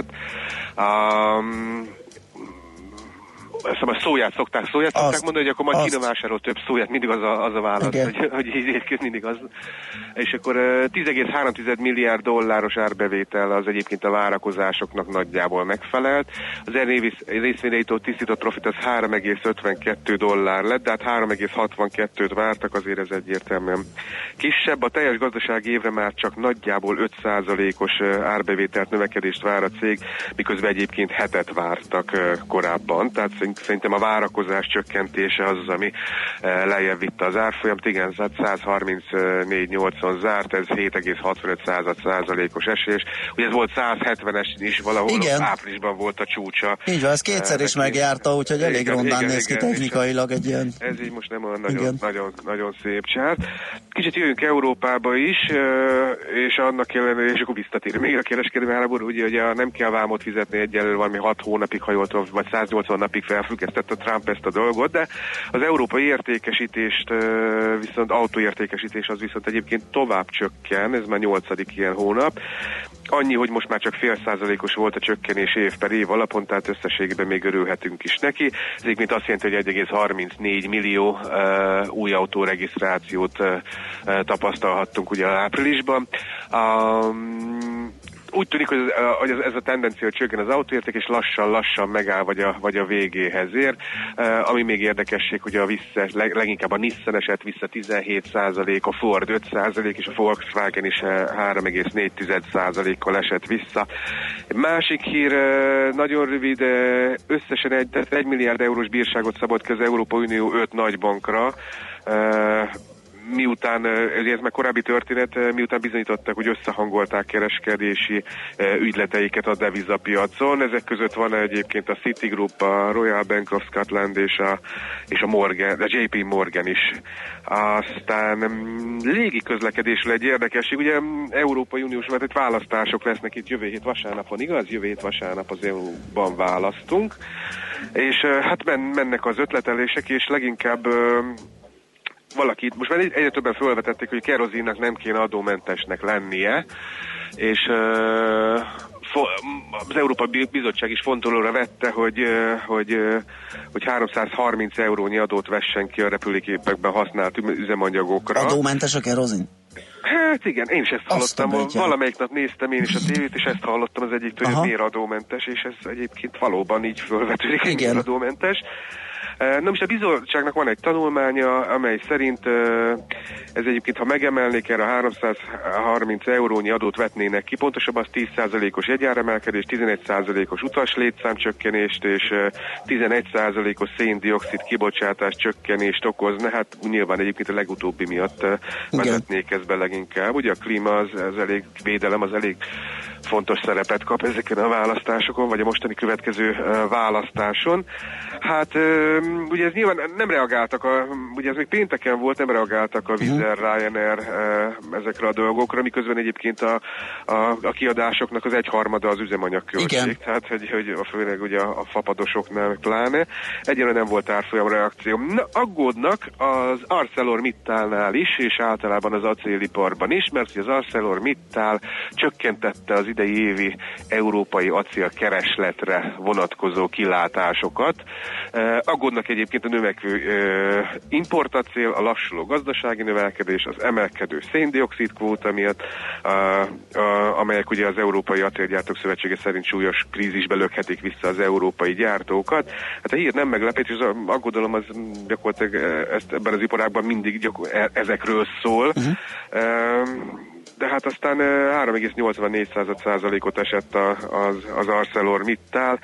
S11: Szóval szóját szokták mondani, hogy akkor majd Kína vásárol több szóját, mindig az a válasz, hogy így mindig az. És akkor 10,3 milliárd dolláros árbevétel az egyébként a várakozásoknak nagyjából megfelelt. Az részvényre jutott tisztított profit az $3,52 lett, de hát 3,62-t vártak, azért ez egyértelműen kisebb. A teljes gazdasági évre már csak nagyjából 5%-os árbevételt növekedést vár a cég, miközben egyébként 7-et vártak korábban, tehát szerintem a várakozás csökkentése az, ami lejjebb vitte az árfolyamt. Igen, 134,80 zárt, ez 7,65%-os esés. Ugye ez volt 170-es is, valahol áprilisban volt a csúcsa.
S3: Így van, ez kétszer is megjárta, úgyhogy elég rondán néz ki technikailag egy ilyen.
S11: Ez így most nem olyan nagyon szép csárt. Kicsit jöjjünk Európába is, és annak ellenére, és akkor visszatér még a kereskedelmi háború, ugye nem kell vámot fizetni egyelőre valami 6 hónapig, ha jól tudom, vagy 180 napig felfüggesztett a Trump ezt a dolgot, de az európai értékesítést viszont autóértékesítés az viszont egyébként tovább csökken, ez már 8. ilyen hónap. Annyi, hogy most már csak 0,5%-os volt a csökkenés év per év alapon, tehát összességében még örülhetünk is neki. Ez egyébként azt jelenti, hogy 1,34 millió új autóregisztrációt tapasztalhattunk ugye áprilisban. úgy tűnik, hogy ez a tendencia csökken az autóérték, és lassan megáll, vagy a végéhez ér. Ami még érdekesség, hogy leginkább a Nissan esett vissza 17%, a Ford 5%, és a Volkswagen is 3,4%-kal esett vissza. Másik hír, nagyon rövid, összesen 1 milliárd eurós bírságot szabott ki az Európai Unió 5 nagybankra, miután, ez már korábbi történet, miután bizonyították, hogy összehangolták kereskedési ügyleteiket a devizapiacon. Ezek között van egyébként a Citigroup, a Royal Bank of Scotland és a Morgan, a JP Morgan is. Aztán légi közlekedésről egy érdekesség, ugye Európai Uniós választások lesznek itt jövő hét vasárnapon, igaz? Jövő hét vasárnap az EU-ban választunk, és hát mennek az ötletelések, és leginkább most már egyre többen felvetették, hogy kerozinnak nem kéne adómentesnek lennie, és az Európai Bizottság is fontolóra vette, hogy 330 eurónyi adót vessen ki a repülőgépekben használt üzemanyagokra.
S3: Adómentes a kerozin?
S11: Hát igen, én is ezt hallottam, valamelyik nap néztem én is a tévét, és ezt hallottam az egyiktől, hogy miért adómentes, és ez egyébként valóban így fölvetődik, hogy miért adómentes. Na most a bizottságnak van egy tanulmánya, amely szerint ez egyébként, ha megemelnék erre a 330 eurónyi adót vetnének ki, pontosabban az 10%-os jegyáremelkedés, 11%-os utaslétszámcsökkenést és 11%-os széndioxid kibocsátás csökkenést okozna. Hát nyilván egyébként a legutóbbi miatt vezetnék ezt be leginkább. Ugye a klíma az elég, védelem az elég fontos szerepet kap ezeken a választásokon, vagy a mostani következő választáson. Hát ugye ez nyilván nem reagáltak, ugye ez még pénteken volt, nem reagáltak a Wizz Air, Ryanair ezekre a dolgokra, miközben egyébként a kiadásoknak az 1/3 az üzemanyagköltség, tehát hogy főleg ugye a fapadosoknál pláne. Egyelőre nem volt árfolyam reakció. Na, aggódnak az ArcelorMittalnál is, és általában az acéliparban is, mert az ArcelorMittal csökkentette az idei évi európai acélkeresletre vonatkozó kilátásokat. Aggódnak egyébként a növekvő importacél, a lassuló gazdasági növelkedés, az emelkedő széndioxid kvóta miatt, amelyek ugye az Európai Acélgyártók Szövetsége szerint súlyos krízisbe lökhetik vissza az európai gyártókat. Hát a hír nem meglepett, és az aggodalom az gyakorlatilag ebben az iparágban mindig ezekről szól. De hát aztán 3,84%-ot esett az ArcelorMittal,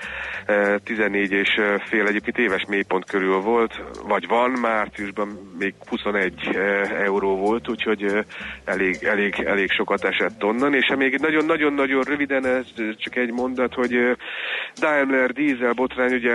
S11: 14,5 egyébként éves mélypont körül volt, vagy van, márciusban még 21 euró volt, úgyhogy elég sokat esett onnan, és még nagyon-nagyon röviden, ez csak egy mondat, hogy Daimler dízel botrány, ugye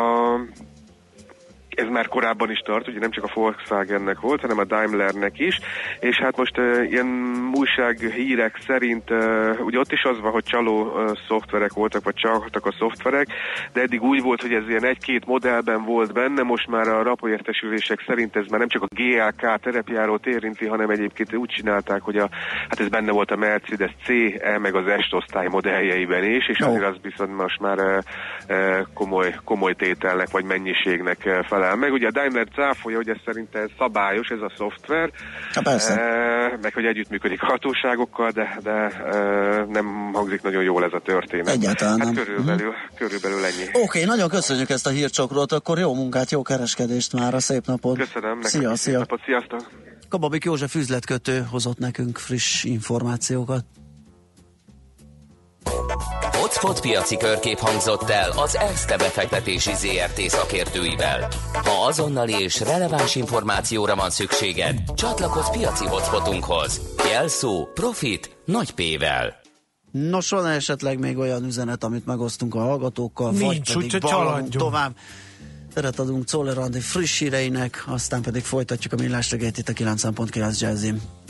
S11: ez már korábban is tart, ugye nem csak a Volkswagennek volt, hanem a Daimlernek is, és hát most ilyen újsághírek szerint, ugye ott is az van, hogy csaló szoftverek voltak, vagy csaltak a szoftverek, de eddig úgy volt, hogy ez ilyen 1-2 modellben volt benne, most már a raportértesülések szerint ez már nem csak a GLK terepjárót érinti, hanem egyébként úgy csinálták, hogy hát ez benne volt a Mercedes CE, meg az S osztály modelljeiben is, és azért az viszont most már komoly tételnek, vagy mennyiségnek felel meg. Ugye a Daimler cáfolja, hogy ez szerint ez szabályos, ez a szoftver, meg hogy együttműködik hatóságokkal, de nem hangzik nagyon jól ez a történet.
S3: Egyáltalán
S11: hát
S3: nem.
S11: Körülbelül ennyi.
S3: Oké, nagyon köszönjük ezt a hírcsokrot, akkor jó munkát, jó kereskedést már, a szép napot.
S11: Köszönöm,
S3: szia.
S11: Napot, sziasztok.
S3: Kababik József üzletkötő hozott nekünk friss információkat.
S1: Hotspot piaci körkép hangzott el az Erste befektetési ZRT szakértőivel. Ha azonnali és releváns információra van szükséged, csatlakozz piaci hotspotunkhoz. Jelszó Profit nagy P-vel.
S3: Nos, van esetleg még olyan üzenet, amit megosztunk a hallgatókkal,
S4: nincs,
S3: vagy pedig
S4: csaladjunk
S3: tovább. Teret adunk Czoller Andi friss híreinek, aztán pedig folytatjuk a millás reggelyt itt a 9.9 Jazzin.